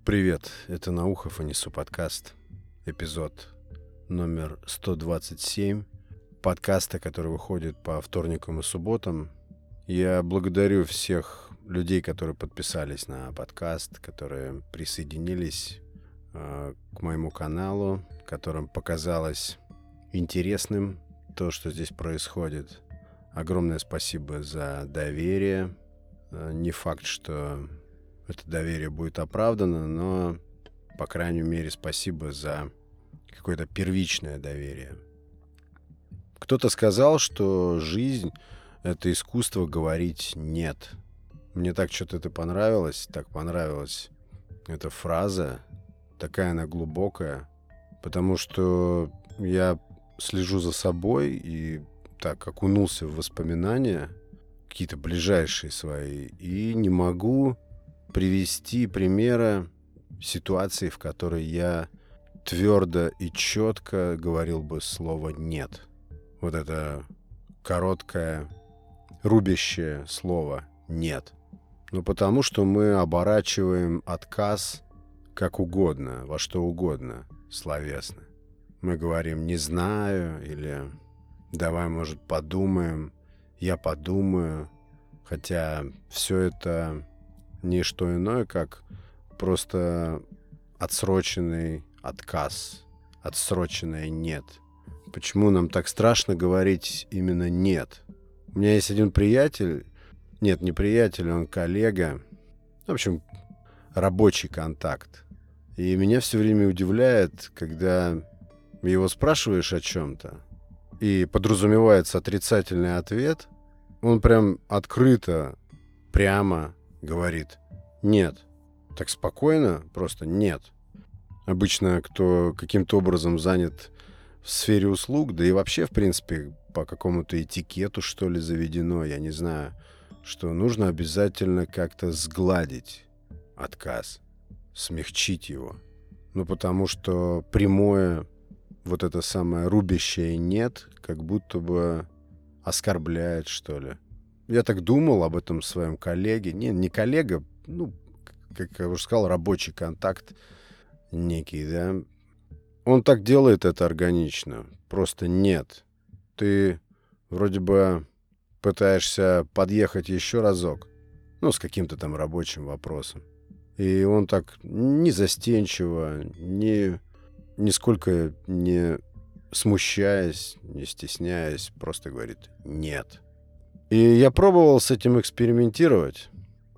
Привет, это Наухов и Несу подкаст, эпизод номер 127, подкаста, который выходит по вторникам и субботам. Я благодарю всех людей, которые подписались на подкаст, которые присоединились к моему каналу, которым показалось интересным то, что здесь происходит. Огромное спасибо за доверие. Не факт, что это доверие будет оправдано, но, по крайней мере, спасибо за какое-то первичное доверие. Кто-то сказал, что жизнь — это искусство говорить «нет». Мне так что-то это понравилось, так понравилась эта фраза, такая она глубокая, потому что я слежу за собой и так окунулся в воспоминания, какие-то ближайшие свои, и не могу привести примера ситуации, в которой я твердо и четко говорил бы слово «нет». Вот это короткое, рубящее слово «нет». Ну, потому что мы оборачиваем отказ как угодно, во что угодно, словесно. Мы говорим «не знаю» или «давай, может, подумаем», «я подумаю», хотя все это не что иное, как просто отсроченный отказ, отсроченное «нет». Почему нам так страшно говорить именно «нет»? У меня есть один приятель, нет, не приятель, он коллега, в общем, рабочий контакт. И меня все время удивляет, когда его спрашиваешь о чем-то, и подразумевается отрицательный ответ, он прям открыто, прямо говорит «нет». Так спокойно, просто «нет». Обычно, кто каким-то образом занят в сфере услуг, да и вообще, в принципе, по какому-то этикету, что ли, заведено, я не знаю, что нужно обязательно как-то сгладить отказ, смягчить его. Ну, потому что прямое, вот это самое рубящее «нет», как будто бы оскорбляет, что ли. Я так думал об этом своем коллеге. Не коллега, ну, как я уже сказал, рабочий контакт некий, да. Он так делает это органично. Просто нет. Ты вроде бы пытаешься подъехать еще разок, ну, с каким-то там рабочим вопросом. И он так не застенчиво, нисколько не смущаясь, не стесняясь, просто говорит «нет». И я пробовал с этим экспериментировать.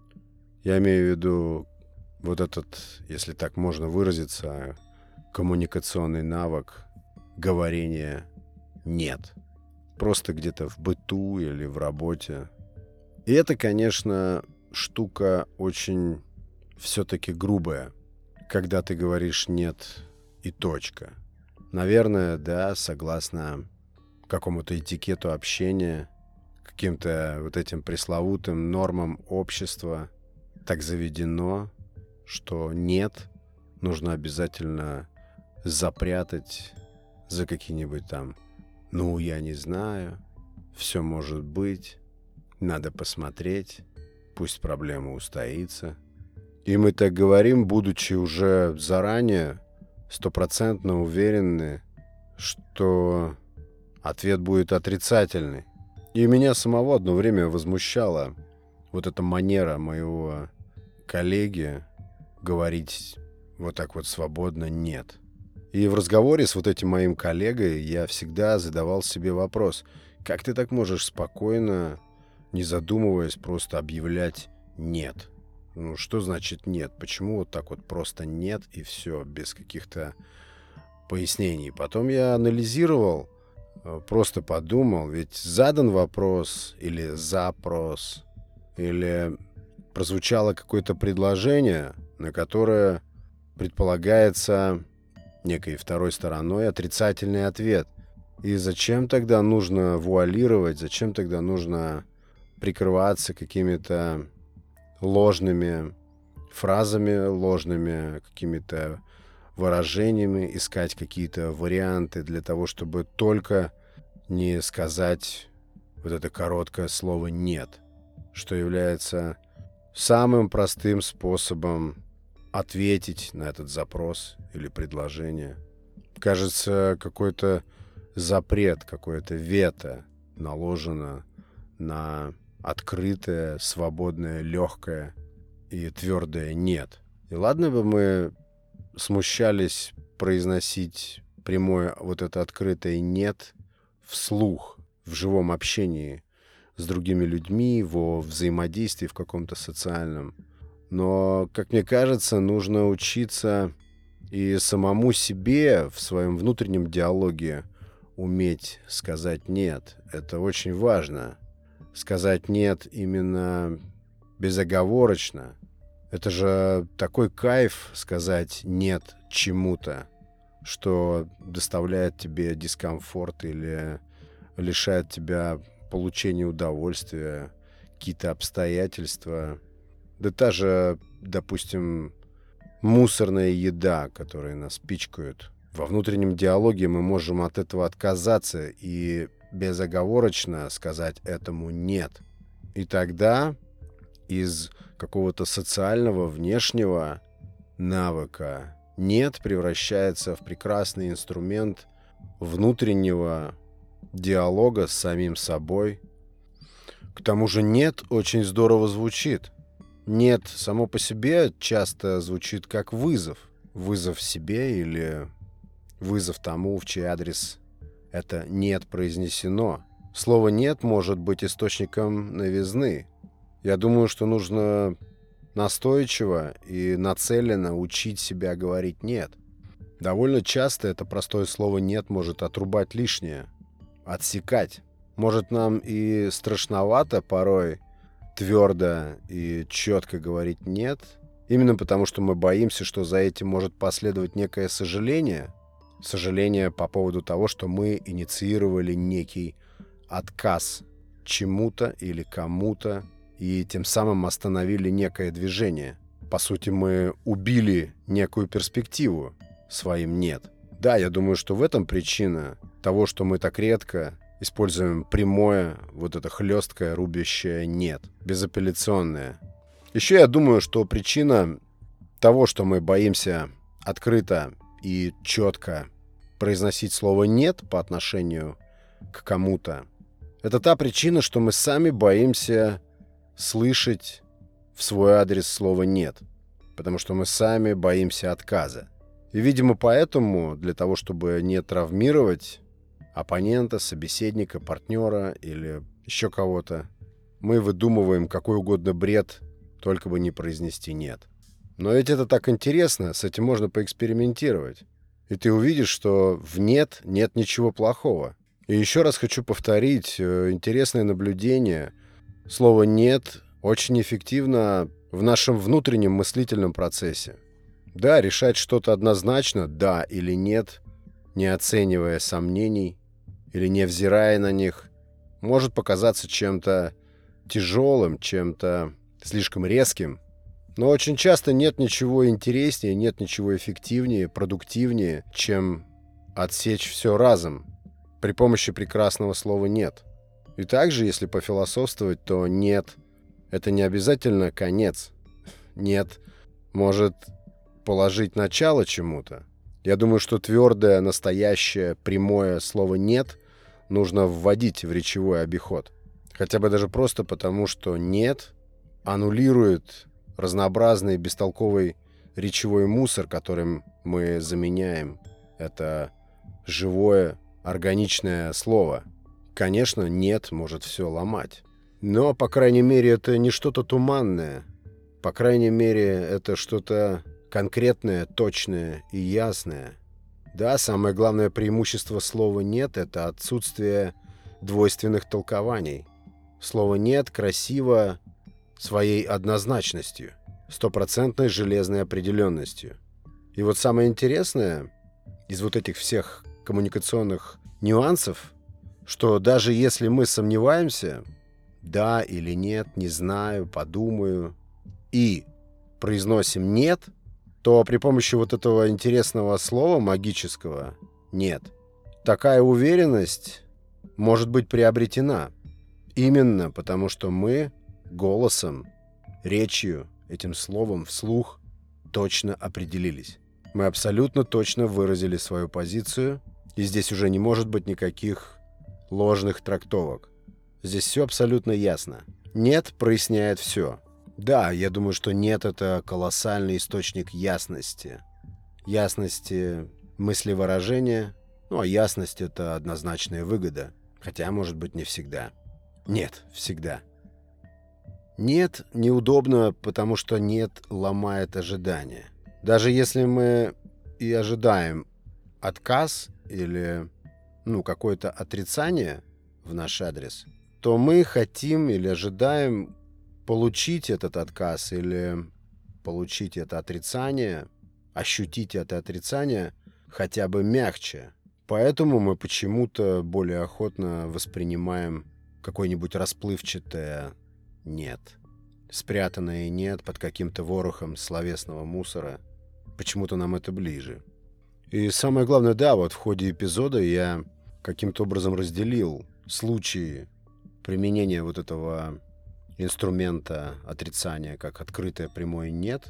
Я имею в виду вот этот, если так можно выразиться, коммуникационный навык говорения «нет». Просто где-то в быту или в работе. И это, конечно, штука очень все-таки грубая, когда ты говоришь «нет» и точка. Наверное, да, согласно какому-то этикету общения, каким-то вот этим пресловутым нормам общества так заведено, что «нет» нужно обязательно запрятать за какие-нибудь там «ну, я не знаю», «все может быть», «надо посмотреть», «пусть проблема устоится». И мы так говорим, будучи уже заранее стопроцентно уверены, что ответ будет отрицательный. И меня самого одно время возмущала вот эта манера моего коллеги говорить вот так вот свободно «нет». И в разговоре с вот этим моим коллегой я всегда задавал себе вопрос, как ты так можешь спокойно, не задумываясь, просто объявлять «нет». Ну, что значит «нет»? Почему вот так вот просто «нет» и все, без каких-то пояснений? Потом я анализировал, просто подумал, ведь задан вопрос или запрос, или прозвучало какое-то предложение, на которое предполагается некой второй стороной отрицательный ответ. И зачем тогда нужно вуалировать, зачем тогда нужно прикрываться какими-то ложными фразами, ложными какими-то выражениями, искать какие-то варианты для того, чтобы только не сказать вот это короткое слово «нет», что является самым простым способом ответить на этот запрос или предложение. Кажется, какой-то запрет, какое-то вето наложено на открытое, свободное, легкое и твердое «нет». И ладно бы мы смущались произносить прямое вот это открытое «нет» вслух, в живом общении с другими людьми, во взаимодействии в каком-то социальном. Но, как мне кажется, нужно учиться и самому себе в своем внутреннем диалоге уметь сказать «нет». Это очень важно. Сказать «нет» именно безоговорочно. Это же такой кайф сказать «нет» чему-то, что доставляет тебе дискомфорт или лишает тебя получения удовольствия, какие-то обстоятельства. Да та же, допустим, мусорная еда, которая нас пичкают. Во внутреннем диалоге мы можем от этого отказаться и безоговорочно сказать этому «нет». И тогда из какого-то социального внешнего навыка «нет» превращается в прекрасный инструмент внутреннего диалога с самим собой. К тому же «нет» очень здорово звучит. «Нет» само по себе часто звучит как вызов. Вызов себе или вызов тому, в чей адрес это «нет» произнесено. Слово «нет» может быть источником новизны. Я думаю, что нужно настойчиво и нацеленно учить себя говорить «нет». Довольно часто это простое слово «нет» может отрубать лишнее, отсекать. Может, нам и страшновато порой твердо и четко говорить «нет», именно потому что мы боимся, что за этим может последовать некое сожаление. Сожаление по поводу того, что мы инициировали некий отказ чему-то или кому-то, и тем самым остановили некое движение. По сути, мы убили некую перспективу своим «нет». Да, я думаю, что в этом причина того, что мы так редко используем прямое, вот это хлесткое, рубящее «нет», безапелляционное. Еще я думаю, что причина того, что мы боимся открыто и четко произносить слово «нет» по отношению к кому-то, это та причина, что мы сами боимся слышать в свой адрес слово «нет», потому что мы сами боимся отказа. И, видимо, поэтому, для того, чтобы не травмировать оппонента, собеседника, партнера или еще кого-то, мы выдумываем какой угодно бред, только бы не произнести «нет». Но ведь это так интересно, с этим можно поэкспериментировать. И ты увидишь, что в «нет» нет ничего плохого. И еще раз хочу повторить интересное наблюдение. Слово «нет» очень эффективно в нашем внутреннем мыслительном процессе. Да, решать что-то однозначно, да или нет, не оценивая сомнений или невзирая на них, может показаться чем-то тяжелым, чем-то слишком резким. Но очень часто нет ничего интереснее, нет ничего эффективнее, продуктивнее, чем отсечь все разом при помощи прекрасного слова «нет». И также, если пофилософствовать, то «нет» — это не обязательно конец. «Нет» может положить начало чему-то. Я думаю, что твердое, настоящее, прямое слово «нет» нужно вводить в речевой обиход. Хотя бы даже просто потому, что «нет» аннулирует разнообразный бестолковый речевой мусор, которым мы заменяем это живое, органичное слово. Конечно, «нет» может все ломать. Но, по крайней мере, это не что-то туманное. По крайней мере, это что-то конкретное, точное и ясное. Да, самое главное преимущество слова «нет» — это отсутствие двойственных толкований. Слово «нет» красиво своей однозначностью, стопроцентной железной определенностью. И вот самое интересное из вот этих всех коммуникационных нюансов, что даже если мы сомневаемся, да или нет, не знаю, подумаю, и произносим «нет», то при помощи вот этого интересного слова магического «нет» такая уверенность может быть приобретена. Именно потому, что мы голосом, речью, этим словом вслух точно определились. Мы абсолютно точно выразили свою позицию, и здесь уже не может быть никаких ложных трактовок. Здесь все абсолютно ясно. «Нет» проясняет все. Да, я думаю, что «нет» — это колоссальный источник ясности. Ясности мыслевыражения, а ясность — это однозначная выгода. Хотя, может быть, не всегда. Нет, всегда. «Нет» неудобно, потому что «нет» ломает ожидания. Даже если мы и ожидаем отказ или какое-то отрицание в наш адрес, то мы хотим или ожидаем получить этот отказ или получить это отрицание, ощутить это отрицание хотя бы мягче. Поэтому мы почему-то более охотно воспринимаем какое-нибудь расплывчатое «нет». Спрятанное «нет» под каким-то ворохом словесного мусора. Почему-то нам это ближе. И самое главное, да, вот в ходе эпизода я каким-то образом разделил случаи применения вот этого инструмента отрицания, как открытое прямое «нет»,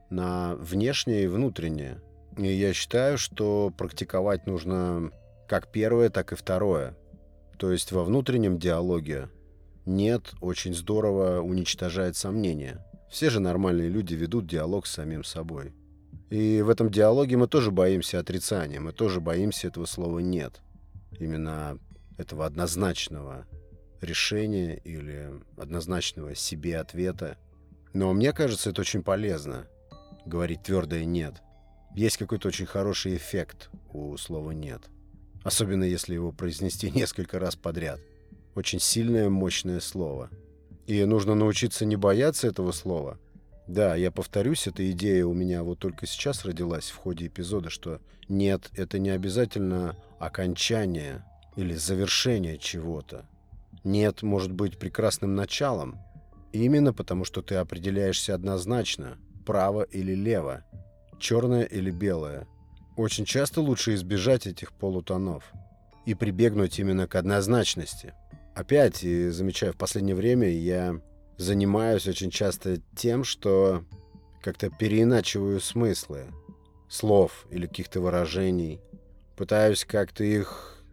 на внешнее и внутреннее. И я считаю, что практиковать нужно как первое, так и второе. То есть во внутреннем диалоге «нет» очень здорово уничтожает сомнения. Все же нормальные люди ведут диалог с самим собой. И в этом диалоге мы тоже боимся отрицания, мы тоже боимся этого слова «нет». Именно этого однозначного решения или однозначного себе ответа. Но мне кажется, это очень полезно — говорить твердое «нет». Есть какой-то очень хороший эффект у слова «нет». Особенно если его произнести несколько раз подряд. Очень сильное, мощное слово. И нужно научиться не бояться этого слова. Да, я повторюсь, эта идея у меня вот только сейчас родилась в ходе эпизода, что «нет» — это не обязательно окончание или завершение чего-то. «Нет» может быть прекрасным началом. Именно потому, что ты определяешься однозначно, право или лево, черное или белое. Очень часто лучше избежать этих полутонов и прибегнуть именно к однозначности. Опять, и замечаю, в последнее время я занимаюсь очень часто тем, что как-то переиначиваю смыслы слов или каких-то выражений. Пытаюсь как-то их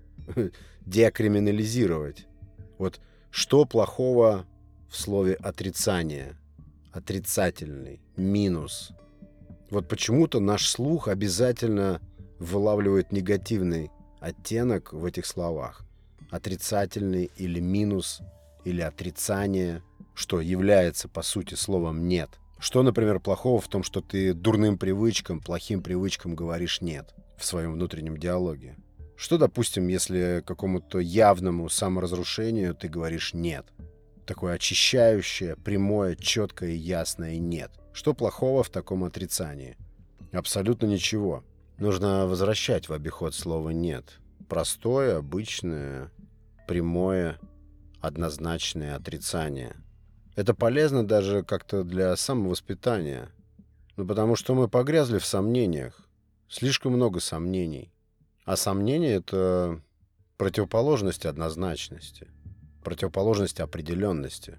декриминализировать. Вот что плохого в слове «отрицание», «отрицательный», «минус». Вот почему-то наш слух обязательно вылавливает негативный оттенок в этих словах. Отрицательный или минус, или отрицание, что является, по сути, словом «нет». Что, например, плохого в том, что ты дурным привычкам, плохим привычкам говоришь «нет» в своем внутреннем диалоге? Что, допустим, если какому-то явному саморазрушению ты говоришь «нет»? Такое очищающее, прямое, четкое и ясное «нет». Что плохого в таком отрицании? Абсолютно ничего. Нужно возвращать в обиход слово «нет». Простое, обычное, прямое, однозначное отрицание. Это полезно даже как-то для самовоспитания. Потому что мы погрязли в сомнениях. Слишком много сомнений. А сомнение — это противоположность однозначности, противоположность определенности.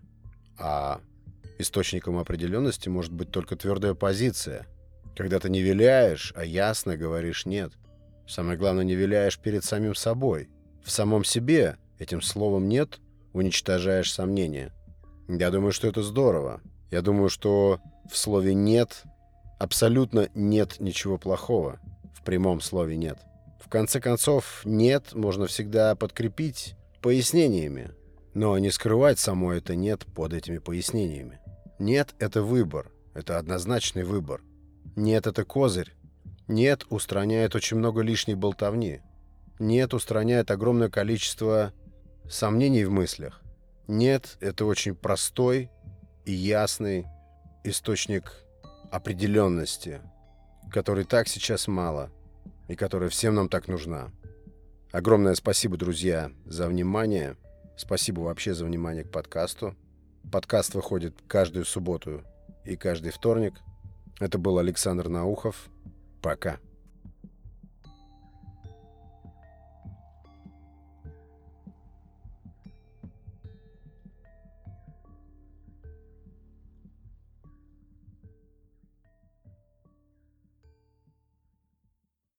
А источником определенности может быть только твердая позиция. Когда ты не виляешь, а ясно говоришь «нет». Самое главное, не виляешь перед самим собой. В самом себе этим словом «нет» уничтожаешь сомнения. Я думаю, что это здорово. Я думаю, что в слове «нет» абсолютно нет ничего плохого. В прямом слове «нет». В конце концов, «нет» можно всегда подкрепить пояснениями, но не скрывать само это «нет» под этими пояснениями. «Нет» — это выбор, это однозначный выбор. «Нет» — это козырь. «Нет» устраняет очень много лишней болтовни. «Нет» устраняет огромное количество сомнений в мыслях. «Нет» — это очень простой и ясный источник определенности, который так сейчас мало и которая всем нам так нужна. Огромное спасибо, друзья, за внимание. Спасибо вообще за внимание к подкасту. Подкаст выходит каждую субботу и каждый вторник. Это был Александр Наухов. Пока.